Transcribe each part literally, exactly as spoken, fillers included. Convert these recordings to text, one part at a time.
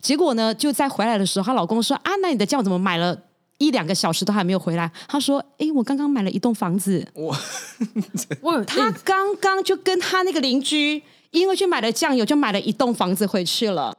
结果呢，就在回来的时候，她老公说啊，那你的酱怎么买了一两个小时都还没有回来？她说，哎，我刚刚买了一栋房子。我她刚刚就跟她那个邻居，因为去买了酱油，就买了一栋房子回去了。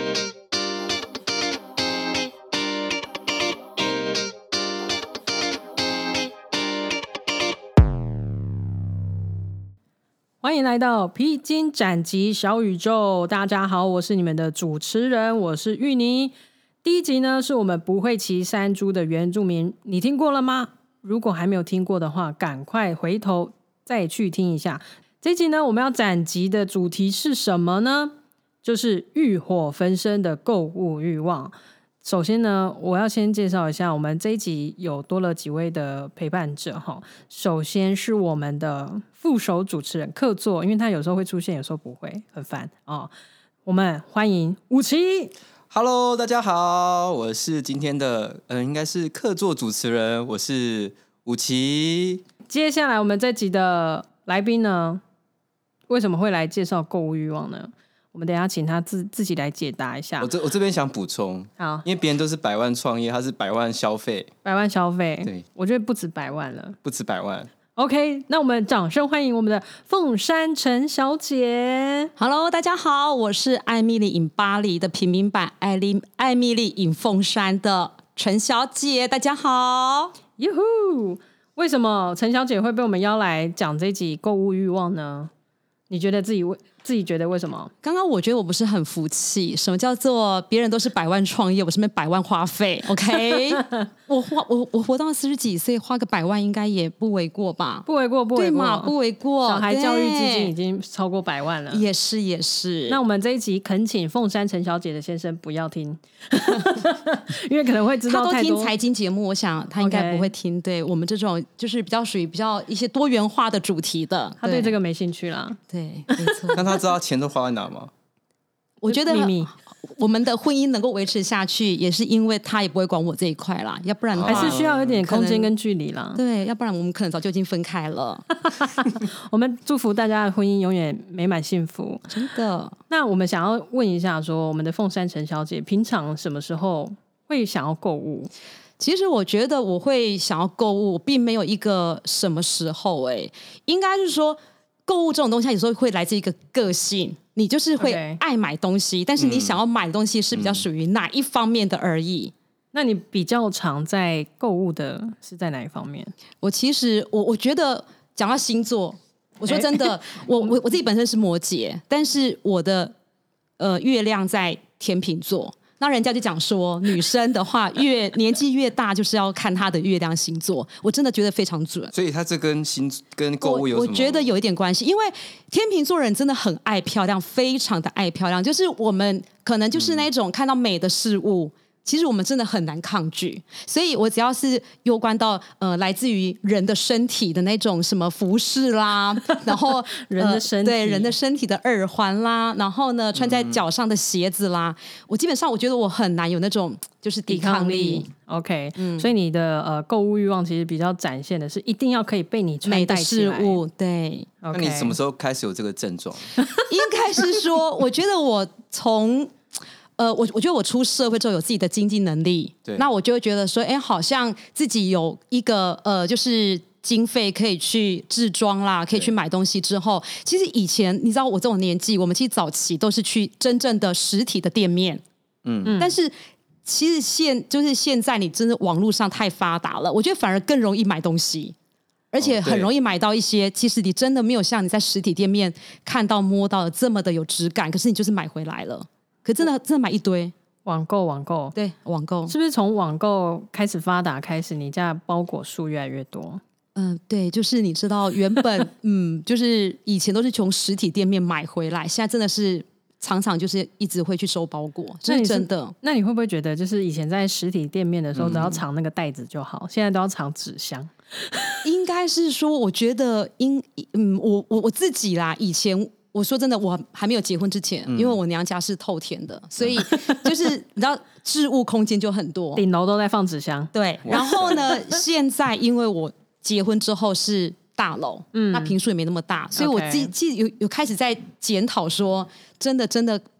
欢迎来到披荆斩棘小宇宙，大家好，我是你们的主持人，我是芋泥。第一集呢，是我们不会骑山猪的原住民，你听过了吗？如果还没有听过的话，赶快回头再去听一下。这一集呢，我们要斩棘的主题是什么呢？就是欲火焚身的购物欲望。首先呢，我要先介绍一下，我们这一集有多了几位的陪伴者哈。首先是我们的副手主持人客座，因为他有时候会出现，有时候不会，很烦哦。我们欢迎武奇。 Hello， 大家好，我是今天的呃，应该是客座主持人，我是武奇。 接下来我们这集的来宾呢，为什么会来介绍购物欲望呢？我们等一下请他 自, 自己来解答一下。 我 这, 我这边想补充，好，因为别人都是百万创业，他是百万消费， 百万消费， 对， 我觉得不止百万了， 不止百万。 OK， 那我们掌声欢迎我们的凤山陈小姐。 Hello， 大家好，我是艾蜜莉 in 巴黎的平民版艾丽艾蜜莉 in 凤山的陈小姐，大家好。 哟呼！为什么陈小姐会被我们邀来讲这集购物欲望呢？你觉得自己为自己觉得为什么？ 刚刚我觉得我不是很服气，什么叫做别人都是百万创业，我是没百万花费 ？OK， 我花我我活到四十几岁，花个百万应该也不为过吧？ 不为过，不为过， 对嘛？不为过。 小孩教育基金已经超过百万了， 也是也是。 那我们这一集恳请凤山陈小姐的先生不要听，因为可能会知道太多。 他都听财经节目，我想他应该不会听。Okay. 对我们这种就是比较属于比较一些多元化的主题的， 他对这个没兴趣啦。 对，没错。 那他知道钱都花在哪吗？ 我觉得秘密我们的婚姻能够维持下去，也是因为他也不会管我这一块啦，要不然的话还是需要有点空间跟距离啦。 对，要不然我们可能早就已经分开了。 我们祝福大家的婚姻永远美满幸福， 真的。 那我们想要问一下说，我们的凤山陈小姐平常什么时候会想要购物？ 其实我觉得我会想要购物，并没有一个什么时候、欸、应该是说购物这种东西它有时候会来自一个个性，你就是会爱买东西、okay. 但是你想要买的东西是比较属于哪一方面的而已、嗯、 那你比较常在购物的是在哪一方面？ 我其实我我觉得讲到星座，我说真的、欸、我我我自己本身是摩羯，但是我的呃月亮在天秤座，那人家就讲说女生的话越年纪越大就是要看她的月亮星座，我真的觉得非常准。 所以它这跟星跟购物有什么？ 我, 我觉得有一点关系，因为天秤座人真的很爱漂亮，非常的爱漂亮，就是我们可能就是那种看到美的事物、嗯、其实我们真的很难抗拒，所以我只要是攸关到呃来自于人的身体的那种什么服饰啦，然后人的身体、 呃、对人的身体的耳环啦，然后呢穿在脚上的鞋子啦、嗯、我基本上我觉得我很难有那种就是抵抗力, 抵抗力 OK、嗯、所以你的呃购物欲望其实比较展现的是一定要可以被你穿戴起来美的事物。对， okay. 那你什么时候开始有这个症状？ 应该是说我觉得我从呃，我我觉得我出社会之后有自己的经济能力，那我就会觉得说，哎，好像自己有一个呃，就是经费可以去置装啦，可以去买东西之后，其实以前你知道我这种年纪，我们其实早期都是去真正的实体的店面，嗯，但是其实现就是现在你真的网络上太发达了，我觉得反而更容易买东西。而且很容易买到一些、哦、其实你真的没有像你在实体店面看到摸到的这么的有质感，可是你就是买回来了，可真的真的买一堆。 网购网购对，网购是不是从网购开始发达开始，你家包裹数越来越多？ 嗯、呃，对，就是你知道原本嗯，就是以前都是从实体店面买回来，现在真的是常常就是一直会去收包裹，这是真的。 那你会不会觉得就是以前在实体店面的时候、嗯、只要藏那个袋子就好，现在都要藏纸箱？ 应该是说我觉得因嗯，我我我自己啦，以前我说真的我还没有结婚之前、嗯、因为我娘家是透天的，所以就是你知道置物空间就很多， 顶楼都在放纸箱。 对，然后呢现在因为我结婚之后是大楼、嗯、那坪数也没那么大，所以我自己、okay. 有有开始在检讨说真的真的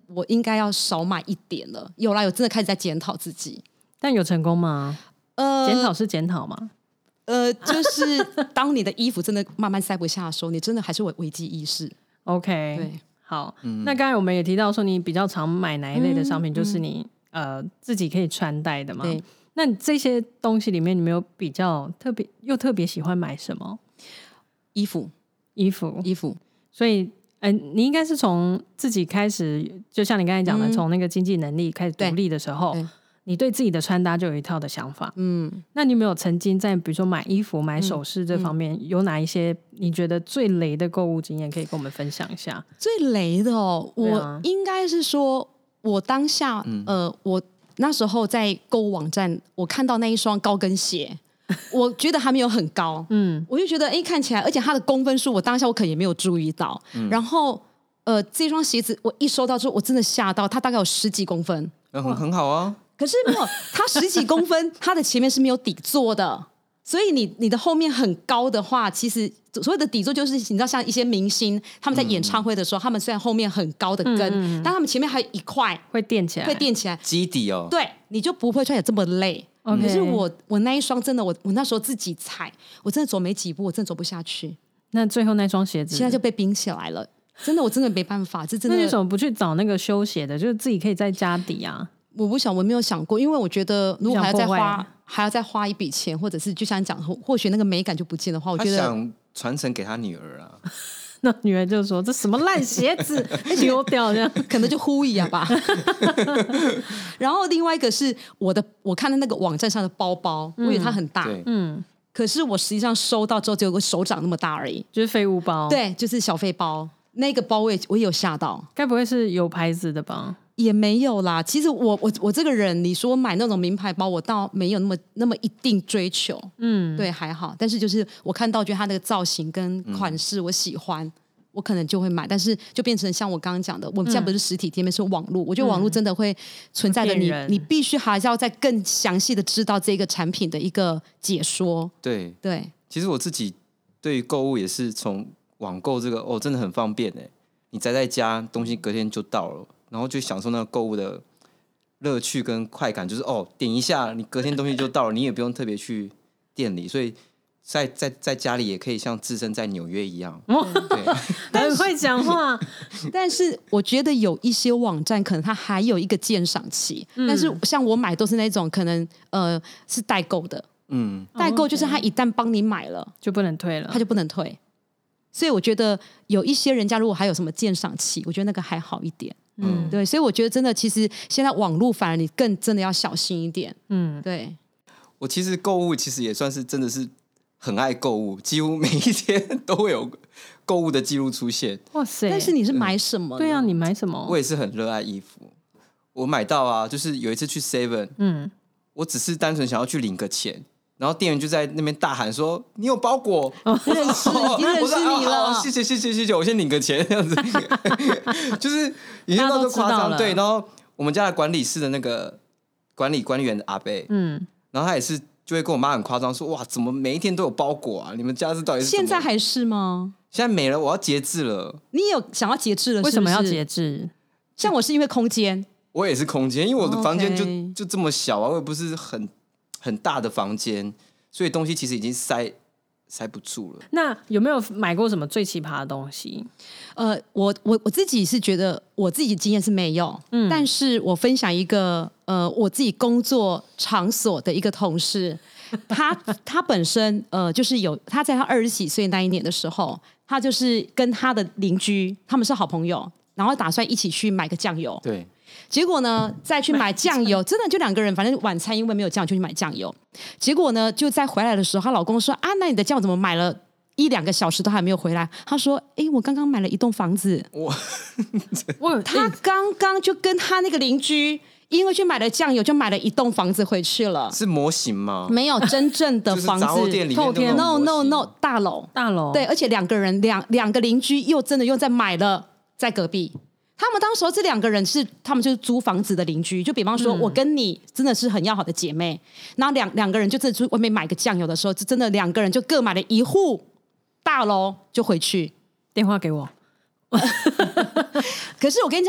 我应该要少买一点了。有啦，有真的开始在检讨自己， 但有成功吗？呃，检讨是检讨吗？ 呃，就是当你的衣服真的慢慢塞不下的时候，你真的还是有危机意识。 OK， 对， 好。嗯、那刚才我们也提到说，你比较常买哪一类的商品，嗯、就是你、嗯、呃自己可以穿戴的嘛。对。那你这些东西里面，你没有比较特别又特别喜欢买什么？ 衣服， 衣服， 衣服。 所以，呃，你应该是从自己开始，就像你刚才讲的，从、嗯、那个经济能力开始独立的时候，你对自己的穿搭就有一套的想法。嗯，那你有没有曾经在比如说买衣服、买首饰这方面，嗯嗯、有哪一些你觉得最雷的购物经验可以跟我们分享一下？ 最雷的哦，我应该是说，我当下，嗯、呃，我那时候在购物网站，我看到那一双高跟鞋。我觉得还没有很高，嗯，我就觉得哎，看起来，而且它的公分数，我当下我可能也没有注意到。嗯、然后，呃，这双鞋子我一收到之后，我真的吓到，它大概有十几公分， 嗯、很很好啊。 可是没有，它十几公分，它的前面是没有底座的，所以你你的后面很高的话，其实所谓的底座就是你知道，像一些明星他们在演唱会的时候，嗯、他们虽然后面很高的跟，嗯、但他们前面还有一块会垫起来， 会垫起来基底哦， 对，你就不会穿起来这么累。Okay. 可是我我那一双真的我我那时候自己踩，我真的走没几步，我真的走不下去。 那最后那双鞋子现在就被冰起来了，真的我真的没办法，这真的。 那你怎么不去找那个修鞋的，就是自己可以再加底啊？ 我不想，我没有想过，因为我觉得如果还要再花还要再花一笔钱，或者是就像你讲，或许那个美感就不见的话，我觉得他想传承给他女儿啊。 那女儿就说：“这什么烂鞋子，丢掉这样， 可能就呼一下吧。”然后另外一个是我的，我看到那个网站上的包包，嗯、我以为它很大，嗯，可是我实际上收到之后只有个手掌那么大而已， 就是废物包， 对，就是小废包。那个包我也我也有吓到， 该不会是有牌子的吧？ 也没有啦。其实我我我这个人，你说买那种名牌包，我倒没有那么那么一定追求，嗯，对，还好。但是就是我看到觉得它那个造型跟款式我喜欢。嗯，我可能就会买，但是就变成像我刚刚讲的，我们现在不是实体店面，是网络。我觉得网络真的会存在的你，你必须还是要再更详细的知道这个产品的一个解说。 对对， 其实我自己对于购物也是从网购这个哦，真的很方便哎，你宅在家，东西隔天就到了，然后就享受那个购物的乐趣跟快感，就是哦，点一下，你隔天东西就到了，你也不用特别去店里，所以。在, 在, 在家里也可以像置身在纽约一样，对， 很会讲话。 但是我觉得有一些网站可能它还有一个鉴赏期，嗯、但是像我买都是那种可能呃是代购的，嗯，代购就是他一旦帮你买了就不能退了， 他就不能退。所以我觉得有一些人家如果还有什么鉴赏期，我觉得那个还好一点。嗯，对，所以我觉得真的其实现在网络反而你更真的要小心一点。嗯，对。 我其实购物其实也算是真的是。很爱购物，几乎每一天都会有购物的记录出现。 哇塞！ 但是你是买什么？ 对啊，你买什么？ 我也是很热爱衣服。我买到啊，就是有一次去 Seven， 嗯，我只是单纯想要去领个钱，然后店员就在那边大喊说：“你有包裹！” 哦、认识，已经认识你了。 哦、谢谢谢谢谢谢，我先领个钱这样子，就是已经到这夸张。对，然后我们家的管理室的那个管理管理员的阿伯，嗯，然后他也是。就会跟我妈很夸张说：“哇，怎么每一天都有包裹啊？你们家是到底是现在还是吗？ 现在没了，我要节制了。 你有想要节制了是不是？ 为什么要节制？ 像我是因为空间， 我也是空间，因为我的房间就、okay. 就这么小啊，我也不是很很大的房间，所以东西其实已经塞塞不住了。 那有没有买过什么最奇葩的东西？ 呃，我我我自己是觉得我自己经验是没有，嗯，但是我分享一个呃我自己工作场所的一个同事，他他本身呃就是有他在他二十几岁那一年的时候，他就是跟他的邻居他们是好朋友，然后打算一起去买个酱油， 对。 结果呢，再去买酱油，真的就两个人，反正晚餐因为没有酱油就去买酱油。结果呢，就在回来的时候，她老公说：“啊，那你的酱油怎么买了一两个小时都还没有回来？”她说：“哎，我刚刚买了一栋房子。”哇！她刚刚就跟她那个邻居，因为去买了酱油，就买了一栋房子回去了。 是模型吗？ 没有真正的房子， 杂货店里面透天 ，no no no， 大楼， 大楼， 对，而且两个人两两个邻居又真的又在买了，在隔壁。他们当时这两个人是他们就是租房子的邻居，就比方说我跟你真的是很要好的姐妹，然后两两个人就真的去外面买个酱油的时候，就真的两个人就各买了一户大楼就回去。 电话给我。 可是我跟你讲，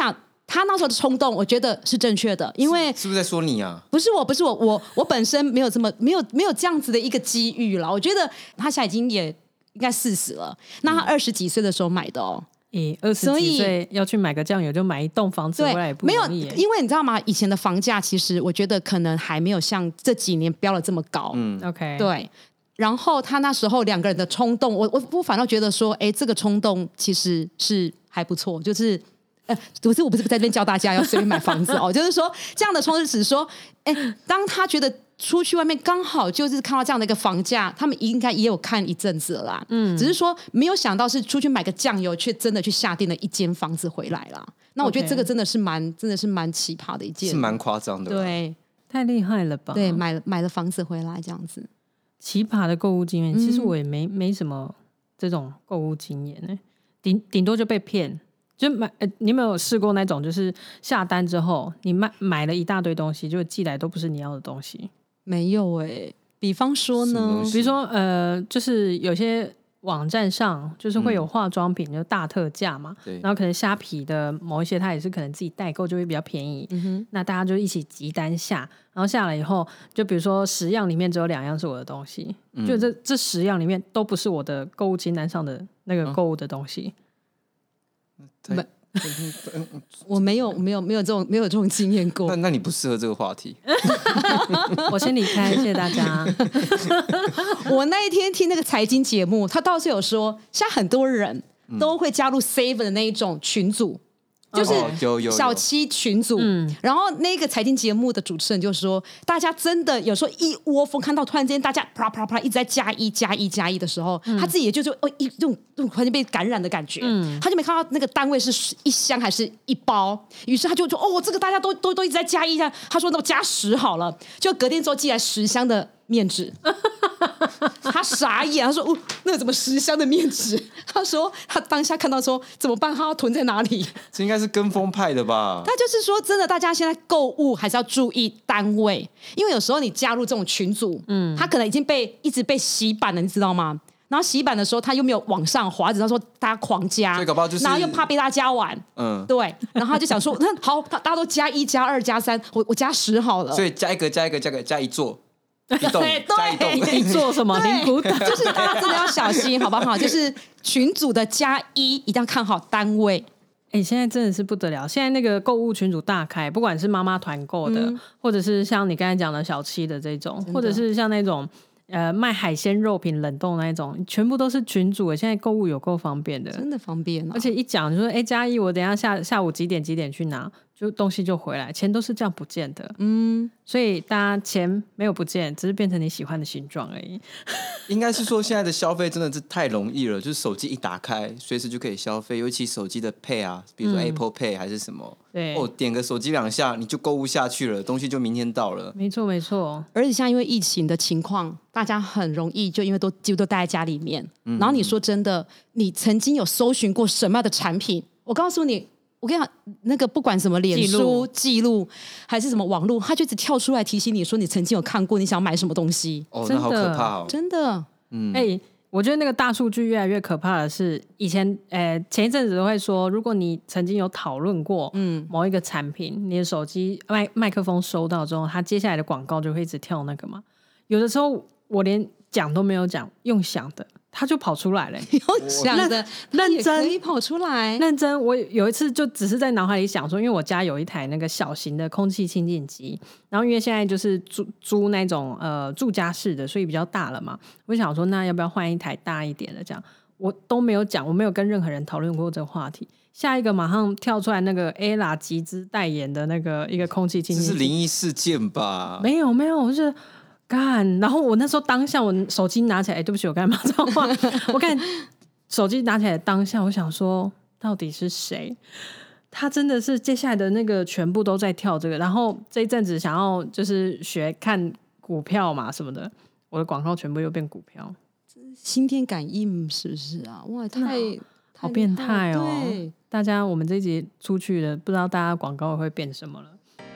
他那时候的冲动，我觉得是正确的，因为是不是在说你啊？ 不是我，不是我，我我本身没有这么没有没有这样子的一个机遇了。我觉得他现在已经也应该四十了，那他二十几岁的时候买的哦。 诶，二十几岁要去买个酱油，就买一栋房子回来也不容易。 没有，因为你知道吗？以前的房价其实我觉得可能还没有像这几年飙了这么高。 嗯 ，OK， 对。然后他那时候两个人的冲动，我我我反倒觉得说，哎，这个冲动其实是还不错，就是。呃，不是，我不是在这边教大家要随便买房子哦，就是说这样的冲动只是说，哎，当他觉得出去外面刚好就是看到这样的一个房价，他们应该也有看一阵子了啦，嗯，只是说没有想到是出去买个酱油，却真的去下定了一间房子回来啦。那我觉得这个真的是蛮， okay. 真的是蛮奇葩的一件， 是蛮夸张的， 对， 太厉害了吧？ 对，买了买了房子回来这样子， 奇葩的购物经验，其实我也没、嗯、没什么这种购物经验呢，顶顶多就被骗。就买、呃，你有没有试过那种，就是下单之后，你买买了一大堆东西，就寄来都不是你要的东西？ 没有哎、欸，比方说呢， 比如说呃，就是有些网站上就是会有化妆品，嗯、就大特价嘛，然后可能虾皮的某一些，它也是可能自己代购就会比较便宜，嗯哼，那大家就一起集单下，然后下来以后，就比如说十样里面只有两样是我的东西，嗯、就这这十样里面都不是我的购物清单上的那个购物的东西。 没，我没有没有没有这种没有这种经验过。 那那你不适合这个话题。 我先离开，谢谢大家。 我那一天听那个财经节目，他倒是有说，现在很多人都会加入 Seven 的那一种群组。就是小七群组、哦、然后那个财经节目的主持人就说，大家真的有时候一窝蜂看到突然间大家啪啪啪一直在加一加一加一的时候、嗯、他自己也就就哦一这种这种突然间被感染的感觉、嗯、他就没看到那个单位是一箱还是一包，于是他就说哦这个大家都都都一直在加一，他说那我加十好了，就隔天之后寄来十箱的面纸。他傻眼，他说：“哦，那怎么十箱的面纸？”他说他当下看到说怎么办？他要囤在哪里？ 这应该是跟风派的吧？ 他就是说，真的，大家现在购物还是要注意单位，因为有时候你加入这种群组，嗯，他可能已经被一直被洗版了，你知道吗？然后洗版的时候，他又没有往上滑，只他说大家狂加， 所以搞不好就是， 然后又怕被大家加完，嗯，对，然后他就想说，那好，大家都加一、加二、加三，我我加十好了， 所以加一个、加一个、加一个、加一座。一栋加一栋， 你做什么？你鼓掌， 就是大家真的要小心，好不好？就是群组的加一一定要看好单位。 哎、欸，现在真的是不得了！现在那个购物群组大开，不管是妈妈团购的、嗯，或者是像你刚才讲的小七的这种，或者是像那种呃卖海鲜肉品冷冻那一种，全部都是群组。现在购物有够方便的， 真的方便、啊。 而且一讲就说，哎、欸，加一，我等一下下下午几点几点去拿。就东西就回来，钱都是这样不见的，嗯，所以大家钱没有不见，只是变成你喜欢的形状而已。 应该是说现在的消费真的是太容易了，就是手机一打开，随时就可以消费，尤其手机的 Pay 啊，比如说 Apple Pay 还是什么，嗯、对，哦，点个手机两下你就购物下去了，东西就明天到了。 没错没错， 而且像因为疫情的情况，大家很容易就因为都几乎都待在家里面，嗯、然后你说真的，你曾经有搜寻过什么样的产品？我告诉你。我跟你讲，那个不管什么脸书记录还是什么网络，它就一直跳出来提醒你说你曾经有看过，你想买什么东西。 哦，那好可怕哦！ 真的， 嗯，哎、欸，我觉得那个大数据越来越可怕的是，以前，呃，前一阵子都会说，如果你曾经有讨论过，嗯，某一个产品，你的手机麦麦克风收到之后，它接下来的广告就会一直跳那个嘛。有的时候我连讲都没有讲，用想的。他就跑出来了， 用想的认真可以跑出来， 认真。我有一次就只是在脑海里想说，因为我家有一台那个小型的空气清净机，然后因为现在就是租租那种呃住家式的，所以比较大了嘛。我想说，那要不要换一台大一点的？这样我都没有讲，我没有跟任何人讨论过这个话题。下一个马上跳出来那个 Ella 集资代言的那个一个空气清净机， 这是灵异事件吧？ 没有没有，我是。干，然后我那时候当下，我手机拿起来，欸、对不起，我刚才骂脏话。我看手机拿起来当下，我想说，到底是谁？他真的是接下来的那个全部都在跳这个，然后这一阵子想要就是学看股票嘛什么的，我的广告全部又变股票， 心电感应是不是啊？哇，太好变态哦！ 对， 大家我们这一集出去了，不知道大家广告会变什么了。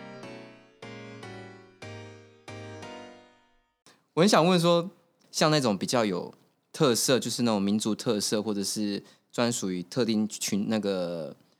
我很想问说，像那种比较有特色，就是那种民族特色，或者是专属于特定群那个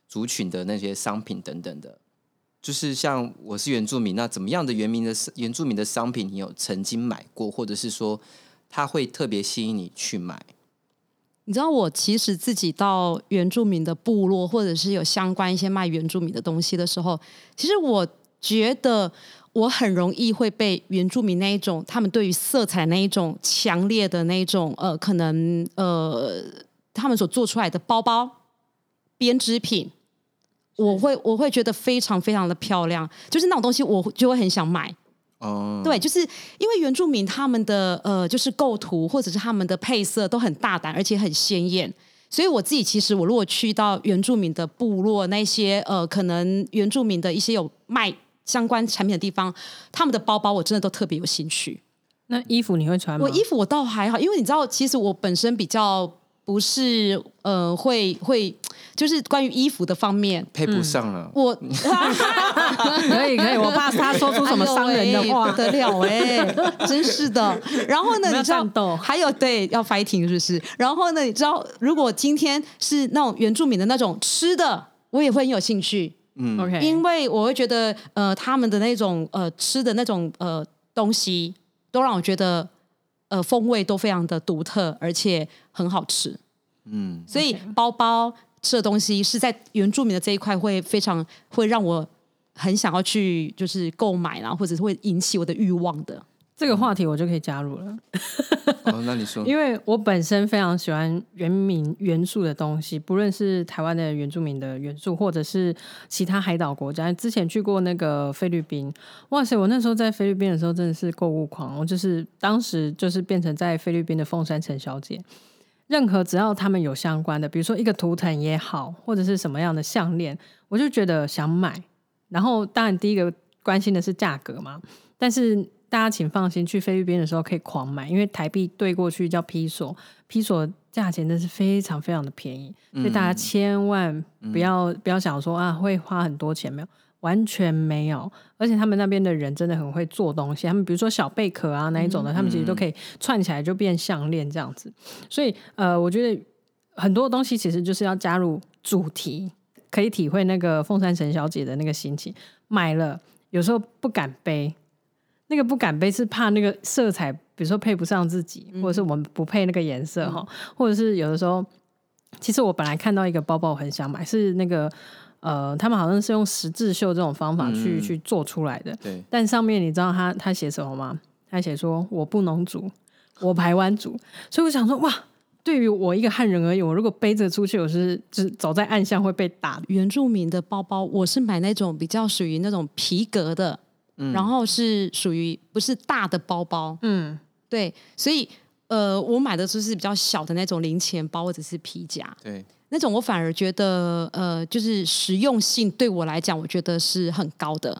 族群的那些商品等等的。就是像我是原住民，那怎么样的原民的原住民的商品你有曾经买过，或者是说它会特别吸引你去买？ 你知道我其实自己到原住民的部落，或者是有相关一些卖原住民的东西的时候，其实我觉得我很容易会被原住民那一种他们对于色彩那一种强烈的那一种呃，可能呃他们所做出来的包包编织品，我会我会觉得非常非常的漂亮，就是那种东西我就会很想买。 哦、 对，就是因为原住民他们的呃，就是构图或者是他们的配色都很大胆，而且很鲜艳。所以我自己其实，我如果去到原住民的部落，那些呃，可能原住民的一些有卖相关产品的地方，他们的包包我真的都特别有兴趣。 那衣服你会穿吗？ 我衣服我倒还好，因为你知道，其实我本身比较不是呃，会会就是关于衣服的方面配不上了。 嗯、我可以可以，我怕他说出什么伤人的话， 哎、不得了哎、欸，真是的。然后呢，你知道还有对要 fighting 是不是？然后呢，你知道如果今天是那种原住民的那种吃的，我也会很有兴趣。 嗯 ，OK， 因为我会觉得呃，他们的那种呃吃的那种呃东西，都让我觉得呃风味都非常的独特，而且很好吃。嗯，所以包包吃的东西是在原住民的这一块会非常会让我很想要去就是购买啦，或者是会引起我的欲望的。 这个话题我就可以加入了。 哦，那你说？ 因为我本身非常喜欢原民元素的东西，不论是台湾的原住民的元素，或者是其他海岛国家。之前去过那个菲律宾，哇塞！我那时候在菲律宾的时候真的是购物狂，我就是当时就是变成在菲律宾的凤山城小姐。任何只要他们有相关的，比如说一个图腾也好，或者是什么样的项链，我就觉得想买。然后当然第一个关心的是价格嘛，但是大家请放心，去菲律宾的时候可以狂买，因为台币兑过去叫披索，披索价钱真是非常非常的便宜，所以大家千万不要、嗯、不要想说啊会花很多钱，没有，完全没有。而且他们那边的人真的很会做东西，他们比如说小贝壳啊那一种的，他们其实都可以串起来就变项链这样子。所以呃，我觉得很多东西其实就是要加入主题，可以体会那个凤山城小姐的那个心情。买了有时候不敢背，那个不敢背是怕那个色彩比如说配不上自己、嗯、或者是我们不配那个颜色、嗯、或者是有的时候其实我本来看到一个包包我很想买，是那个呃，他们好像是用十字绣这种方法去、嗯、去做出来的， 对， 但上面你知道他他写什么吗？他写说我布农族，我排湾族，所以我想说哇，对于我一个汉人而言，我如果背着出去，我是就是走在暗巷会被打。 原住民的包包我是买那种比较属于那种皮革的、嗯、然后是属于不是大的包包，嗯，对，所以呃，我买的就是比较小的那种零钱包或者是皮夹， 对， 那种我反而觉得呃，就是实用性对我来讲我觉得是很高的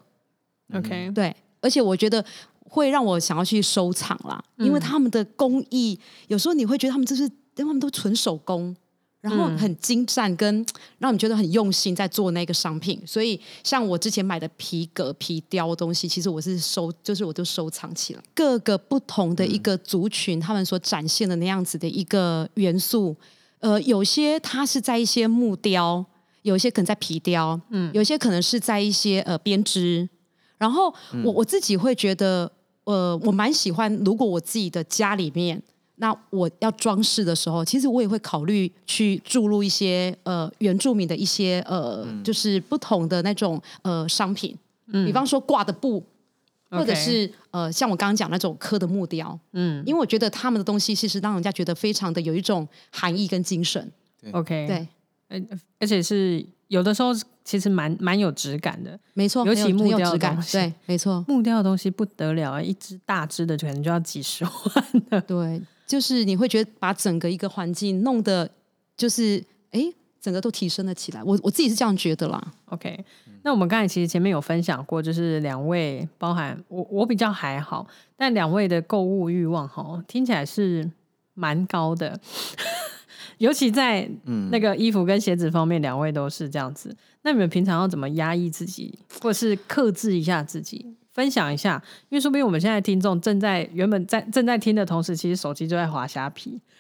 OK， 对，而且我觉得会让我想要去收藏啦、嗯、因为他们的工艺有时候你会觉得他们就是他们都纯手工，然后很精湛，跟让你觉得很用心在做那个商品。所以像我之前买的皮革皮雕的东西，其实我是收就是我都收藏起来。各个不同的一个族群、嗯、他们所展现的那样子的一个元素，呃，有些它是在一些木雕，有一些可能在皮雕，嗯，有些可能是在一些呃编织。然后我我自己会觉得呃，我蛮喜欢，如果我自己的家里面那我要装饰的时候，其实我也会考虑去注入一些呃原住民的一些呃、嗯、就是不同的那种呃商品、嗯、比方说挂的布、嗯、或者是、okay. 呃像我刚刚讲那种刻的木雕，嗯，因为我觉得他们的东西其实让人家觉得非常的有一种含义跟精神。 OK， 对， 而且是有的时候其实蛮蛮有质感的， 没错， 尤其木雕的东西， 对，没错， 木雕的东西不得了，一只大只的可能就要几十万的， 对，就是你会觉得把整个一个环境弄得就是哎，整个都提升了起来，我我自己是这样觉得啦。 OK， 那我们刚才其实前面有分享过，就是两位包含我我比较还好，但两位的购物欲望听起来是蛮高的尤其在那个衣服跟鞋子方面，两位都是这样子。那你们平常要怎么压抑自己，或者是克制一下自己？分享一下，因为说不定我们现在听众正在原本在正在听的同时，其实手机就在滑虾皮。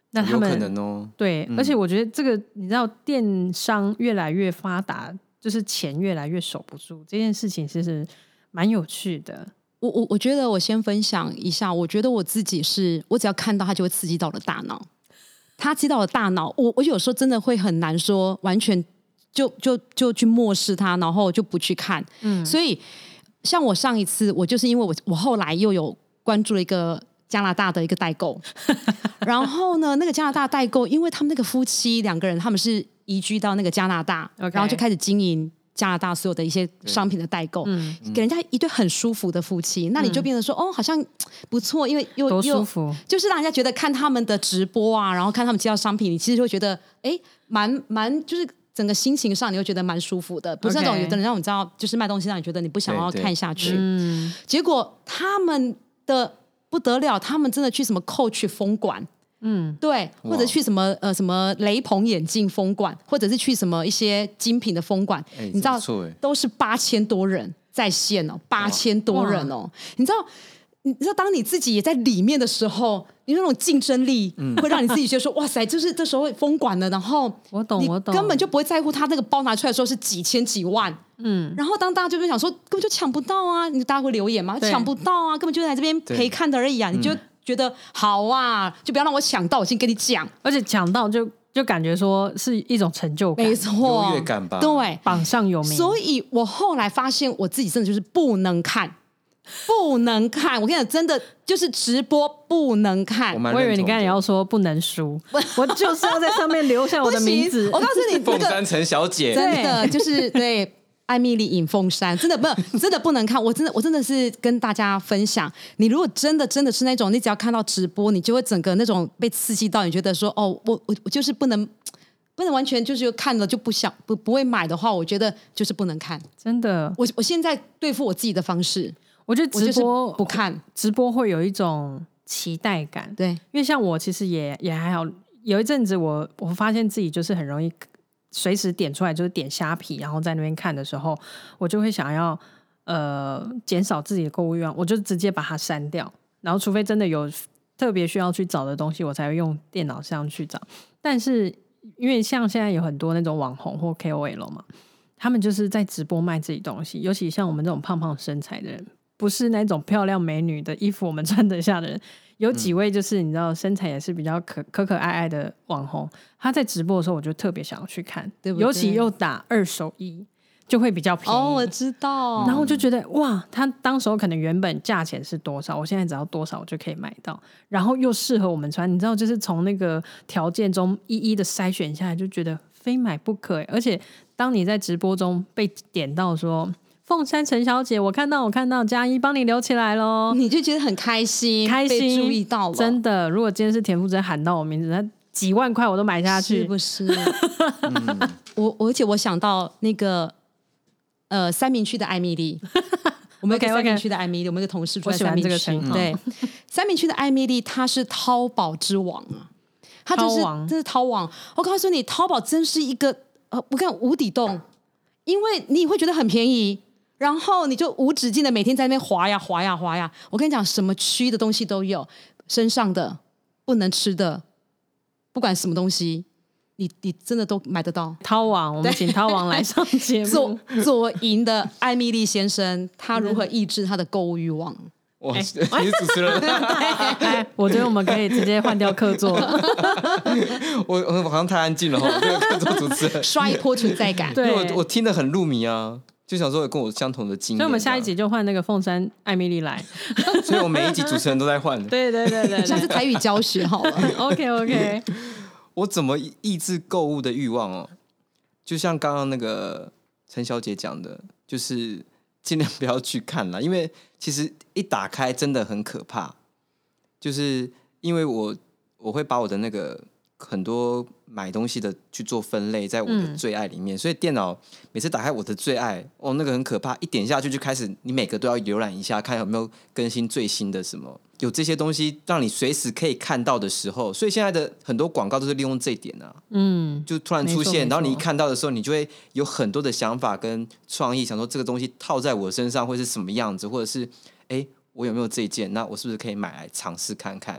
那他们有可能哦。 对、嗯，而且我觉得这个你知道，电商越来越发达，就是钱越来越守不住，这件事情其实蛮有趣的。 我我我觉得我先分享一下，我觉得我自己是，我只要看到它就会刺激到我的大脑，它刺激到我的大脑，我我有时候真的会很难说完全就就就去漠视它，然后就不去看。嗯，所以像我上一次，我就是因为我我后来又有关注了一个加拿大的一个代购，然后呢，那个加拿大代购，因为他们那个夫妻两个人，他们是移居到那个加拿大， okay. 然后就开始经营加拿大所有的一些商品的代购，嗯、给人家一对很舒服的夫妻，那你就变成说、嗯、哦，好像不错，因为又多舒服， 就是让人家觉得看他们的直播啊，然后看他们介绍商品，你其实会觉得哎，蛮蛮就是整个心情上你会觉得蛮舒服的，不是那种 okay. 有的人让你知道就是卖东西让你觉得你不想要看下去，嗯、结果他们的不得了，他们真的去什么 Coach 封馆。嗯，对，或者去什么呃什么雷朋眼镜封馆，或者是去什么一些精品的封馆，欸、你知道都是八千多人在线哦，八千多人哦，你知道，你知道当你自己也在里面的时候，你那种竞争力会让你自己觉得说，哇塞，就是这时候封馆了，然后我懂我懂， 根本就不会在乎他那个包拿出来的时候是几千几万，嗯，然后当大家就会想说，根本就抢不到啊，你大家会留言吗？抢不到啊，根本就在这边陪看的而已啊，你就。觉得好啊，就不要让我抢到，我先跟你讲。 而且抢到就就感觉说是一种成就感， 没错， 优越感吧。 对， 榜上有名。 所以我后来发现我自己真的就是不能看，不能看。我跟你讲，真的就是直播不能看。 我, 我以为你刚才要说不能输，我就是要在上面留下我的名字。 我告诉你， 凤山陈小姐， 真的就是对。艾蜜莉影凤山真的不真的不能看，我真的我真的是跟大家分享，你如果真的真的是那种，你只要看到直播，你就会整个那种被刺激到，你觉得说哦，我我我就是不能不能完全就是看了就不想不不会买的话，我觉得就是不能看。 真的， 我我现在对付我自己的方式， 我觉得直播不看， 直播会有一种期待感， 对， 因为像我其实也也还好，有一阵子我我发现自己就是很容易。随时点出来就是点虾皮，然后在那边看的时候，我就会想要呃减少自己的购物欲望，我就直接把它删掉。然后除非真的有特别需要去找的东西，我才会用电脑上去找。但是因为像现在有很多那种网红或 K O L 嘛，他们就是在直播卖自己东西，尤其像我们这种胖胖身材的人，不是那种漂亮美女的衣服我们穿得下的人。有几位就是你知道身材也是比较可可可爱爱的网红，他在直播的时候我就特别想要去看，对不对？尤其又打二手衣就会比较便宜哦，我知道。 然后就觉得哇，他当时候可能原本价钱是多少，我现在只要多少我就可以买到，然后又适合我们穿，你知道就是从那个条件中一一的筛选下来，就觉得非买不可。而且当你在直播中被点到说凤山陈小姐，我看到我看到嘉一帮你留起来咯， 你就觉得很开心， 开心被注意到了。 真的，如果今天是田馥甄喊到我名字，他几万块我都买下去， 是不是？嗯、我而且我想到那个呃三民区的艾蜜莉，我们有个三民区的艾蜜莉，我们有个同事住在三民区，对，三民区的艾蜜莉，她是淘宝之王啊，她就是真是淘王。我告诉你，淘宝真是一个呃，我看无底洞，因为你会觉得很便宜。然后你就无止境的每天在那边滑呀滑呀滑呀，我跟你讲，什么区的东西都有，身上的、不能吃的，不管什么东西，你你真的都买得到。 涛王，我们请涛王来上节目。 左左营的艾蜜莉先生，他如何抑制他的购物欲望？ 哇，你是主持人。 我觉得我们可以直接换掉客座了。 我我好像太安静了，我这个客座主持人刷一波存在感。 对，我我听得很入迷啊。就想说有跟我相同的经验， 所以我们下一集就换那个凤山艾蜜莉来， 所以我每一集主持人都在换。 对对对 对, 对， 下次台语教学好了。 OK OK。 我怎么抑制购物的欲望哦？就像刚刚那个陈小姐讲的，就是尽量不要去看啦，因为其实一打开真的很可怕。就是因为我我会把我的那个很多买东西的去做分类在我的最爱里面、嗯、所以电脑每次打开我的最爱哦，那个很可怕，一点下去就开始你每个都要浏览一下，看有没有更新最新的什么，有这些东西让你随时可以看到的时候，所以现在的很多广告都是利用这一点啊，嗯，就突然出现，然后你一看到的时候你就会有很多的想法跟创意，想说这个东西套在我身上会是什么样子，或者是哎我有没有这一件，那我是不是可以买来尝试看看。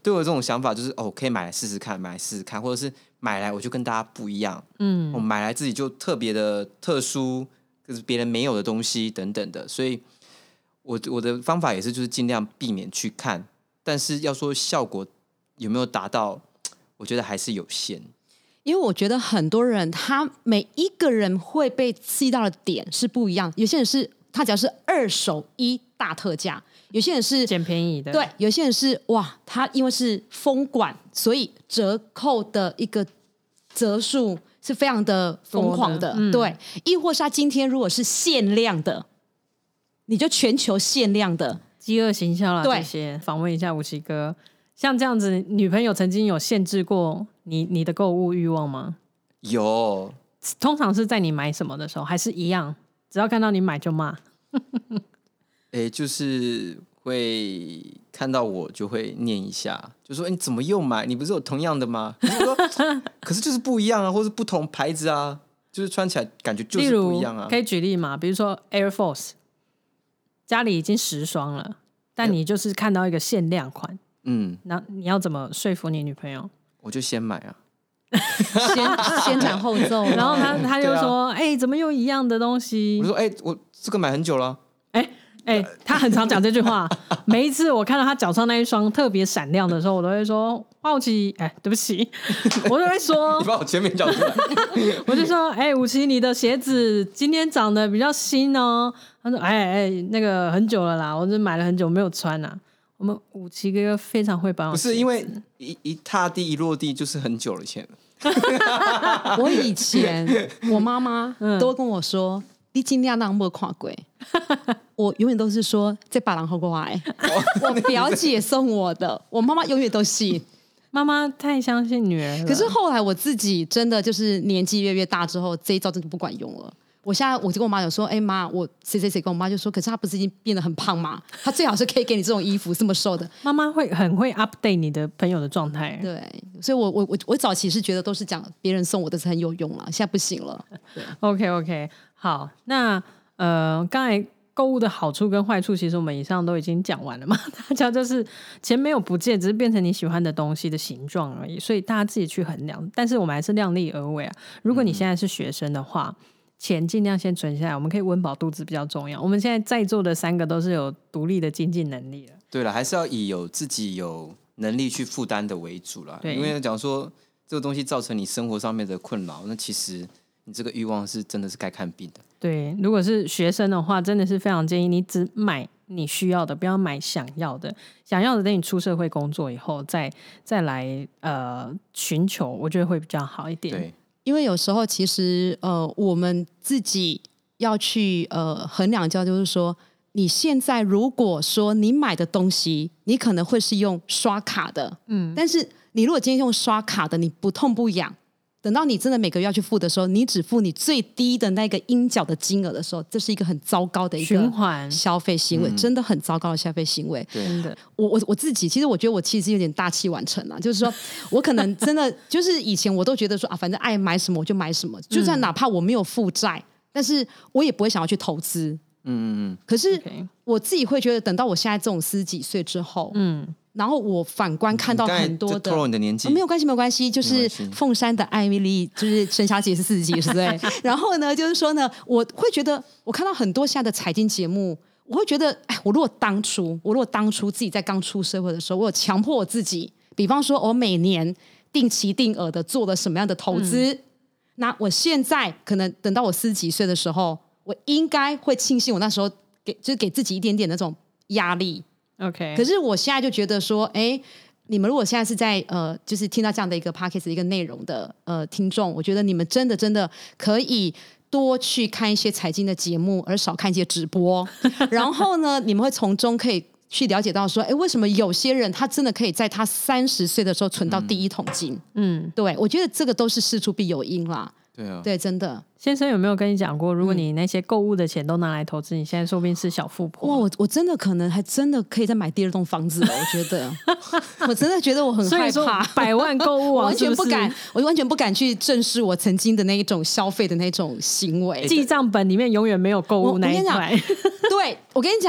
对我有这种想法就是哦，可以买来试试看，买来试试看，或者是买来我就跟大家不一样，嗯，我买来自己就特别的特殊，就是别人没有的东西等等的，所以我我的方法也是就是尽量避免去看，但是要说效果有没有达到，我觉得还是有限。 因为我觉得很多人他每一个人会被刺激到的点是不一样，有些人是他只要是二手衣大特价，有些人是捡便宜的， 对，有些人是哇，他因为是封馆，所以折扣的一个折数是非常的疯狂的，的嗯、对，亦或是他今天如果是限量的，你就全球限量的饥饿行销啦，这些访问一下五七哥。像这样子，女朋友曾经有限制过你你的购物欲望吗？ 有， 通常是在你买什么的时候，还是一样，只要看到你买就骂？ 欸、就是会看到我就会念一下，就说、欸、你怎么又买？你不是有同样的吗？可是说可是就是不一样啊，或是不同牌子啊，就是穿起来感觉就是不一样啊。 可以举例嘛？比如说 Air Force， 家里已经十双了，但你就是看到一个限量款。嗯，那你要怎么说服你女朋友？我就先买啊， 先先斩后奏。 然后他他就说：“哎、啊欸，怎么又一样的东西？” 我说：“哎、欸，我这个买很久了。” 哎哎，他很常讲这句话。每一次我看到他脚上那一双特别闪亮的时候，我都会说：“好奇，哎，对不起。”我就会说：“ 你把我全名讲出来。” 我就说：“哎、欸，武奇，你的鞋子今天长得比较新哦。”他说：“哎哎，那个很久了啦，我是买了很久没有穿啦。”我们武奇哥非常会帮我， 不是因为一一踏地一落地就是很久了前了。我以前我妈妈都会跟我说：“嗯、你尽量让我看过。”我永远都是说这把人好过来。我表姐送我的，我妈妈永远都信。 妈妈太相信女儿了。 可是后来我自己真的就是年纪越越大之后，这一招真的不管用了。我现在我就跟我妈有说，哎、欸、妈，我谁谁谁跟我妈就说，可是她不是已经变得很胖吗？她最好是可以给你这种衣服这么瘦的。 妈妈会很会 update 你的朋友的状态。 对，所以我我我我早期是觉得都是讲别人送我的是很有用了，现在不行了。 OK OK， 好，那呃刚才购物的好处跟坏处，其实我们以上都已经讲完了嘛。大家就是钱没有不见，只是变成你喜欢的东西的形状而已，所以大家自己去衡量。但是我们还是量力而为啊。如果你现在是学生的话，嗯钱尽量先存下来，我们可以温饱肚子比较重要。我们现在在座的三个都是有独立的经济能力了。 对了，还是要以有自己有能力去负担的为主啦。因为讲说这个东西造成你生活上面的困扰，那其实你这个欲望是真的是该看病的。 对，如果是学生的话，真的是非常建议你只买你需要的，不要买想要的。想要的等你出社会工作以后再再来呃寻求，我觉得会比较好一点。 对。 因为有时候其实呃，我们自己要去呃衡量一下，就是说，你现在如果说你买的东西，你可能会是用刷卡的，嗯，但是你如果今天用刷卡的，你不痛不痒，等到你真的每个月要去付的时候，你只付你最低的那个应缴的金额的时候，这是一个很糟糕的一个循环消费行为，真的很糟糕的消费行为。 真的， 我我我自己其实我觉得我其实有点大器晚成啊，就是说我可能真的就是以前我都觉得说啊，反正爱买什么我就买什么，就算哪怕我没有负债，但是我也不会想要去投资。嗯嗯嗯。可是我自己会觉得，等到我现在这种四十几岁之后，嗯。然后我反观看到很多的， 透露你的年纪、 哦、没有关系，没有关系，就是凤山的艾米丽，就是沈小姐是四十几，对不对？然后呢，就是说呢，我会觉得，我看到很多现在的财经节目，我会觉得，哎，我如果当初，我如果当初自己在刚出社会的时候，我有强迫我自己，比方说，我每年定期定额的做了什么样的投资，嗯、那我现在可能等到我四十几岁的时候，我应该会庆幸我那时候给，就是给自己一点点那种压力。 OK， 可是我现在就觉得说，哎，你们如果现在是在呃，就是听到这样的一个 podcast 的一个内容的呃听众，我觉得你们真的真的可以多去看一些财经的节目，而少看一些直播。然后呢，你们会从中可以去了解到说，哎，为什么有些人他真的可以在他三十岁的时候存到第一桶金？嗯，对，我觉得这个都是事出必有因啦。 对啊， 对，真的。 先生有没有跟你讲过，如果你那些购物的钱都拿来投资，你现在说不定是小富婆。 哇，我我真的可能还真的可以再买第二栋房子了。我觉得，我真的觉得我很害怕。 百万购物王我完全不敢，我完全不敢去正视我曾经的那一种消费的那种行为。 记账本里面永远没有购物那一块。 对，我跟你讲。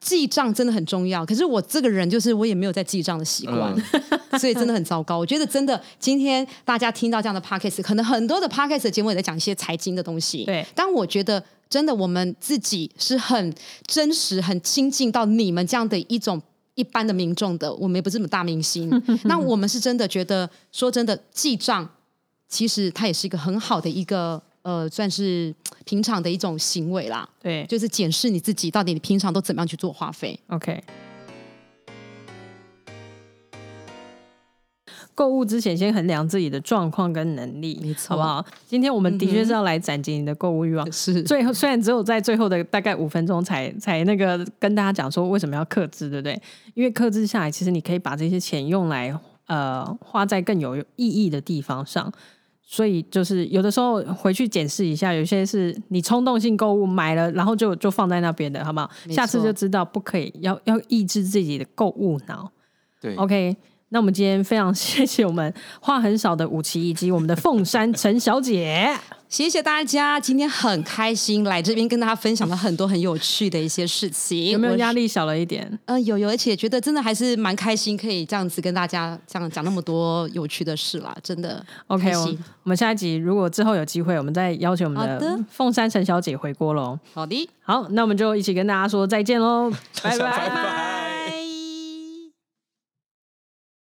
记账真的很重要，可是我这个人就是我也没有在记账的习惯、嗯、所以真的很糟糕。我觉得真的今天大家听到这样的 podcast， 可能很多的 podcast 的节目也在讲一些财经的东西， 对， 但我觉得真的我们自己是很真实很亲近到你们这样的一种一般的民众的，我们也不是什么大明星那我们是真的觉得说真的记账其实它也是一个很好的一个呃，算是平常的一种行为啦， 对， 就是检视你自己到底你平常都怎么样去做花费。 OK， 购物之前先衡量自己的状况跟能力， 没错， 好不好？今天我们的确是要来斩击你的购物欲望、嗯、 是最后虽然只有在最后的大概五分钟才才那个跟大家讲说为什么要克制，对不对？因为克制下来其实你可以把这些钱用来呃花在更有意义的地方上，所以就是有的时候回去检视一下，有些是你冲动性购物买了然后就就放在那边的，好不好？下次就知道不可以，要要抑制自己的购物脑。 对 OK， 那我们今天非常谢谢我们话很少的武奇以及我们的凤山陈小姐谢谢大家，今天很开心来这边跟大家分享了很多很有趣的一些事情。 有没有压力小了一点？ 嗯、呃，有有，而且觉得真的还是蛮开心，可以这样子跟大家这样讲那么多有趣的事啦，真的 OK。我我们下一集如果之后有机会，我们再邀请我们的凤山陈小姐回锅喽。 好的， 好，那我们就一起跟大家说再见喽，拜拜。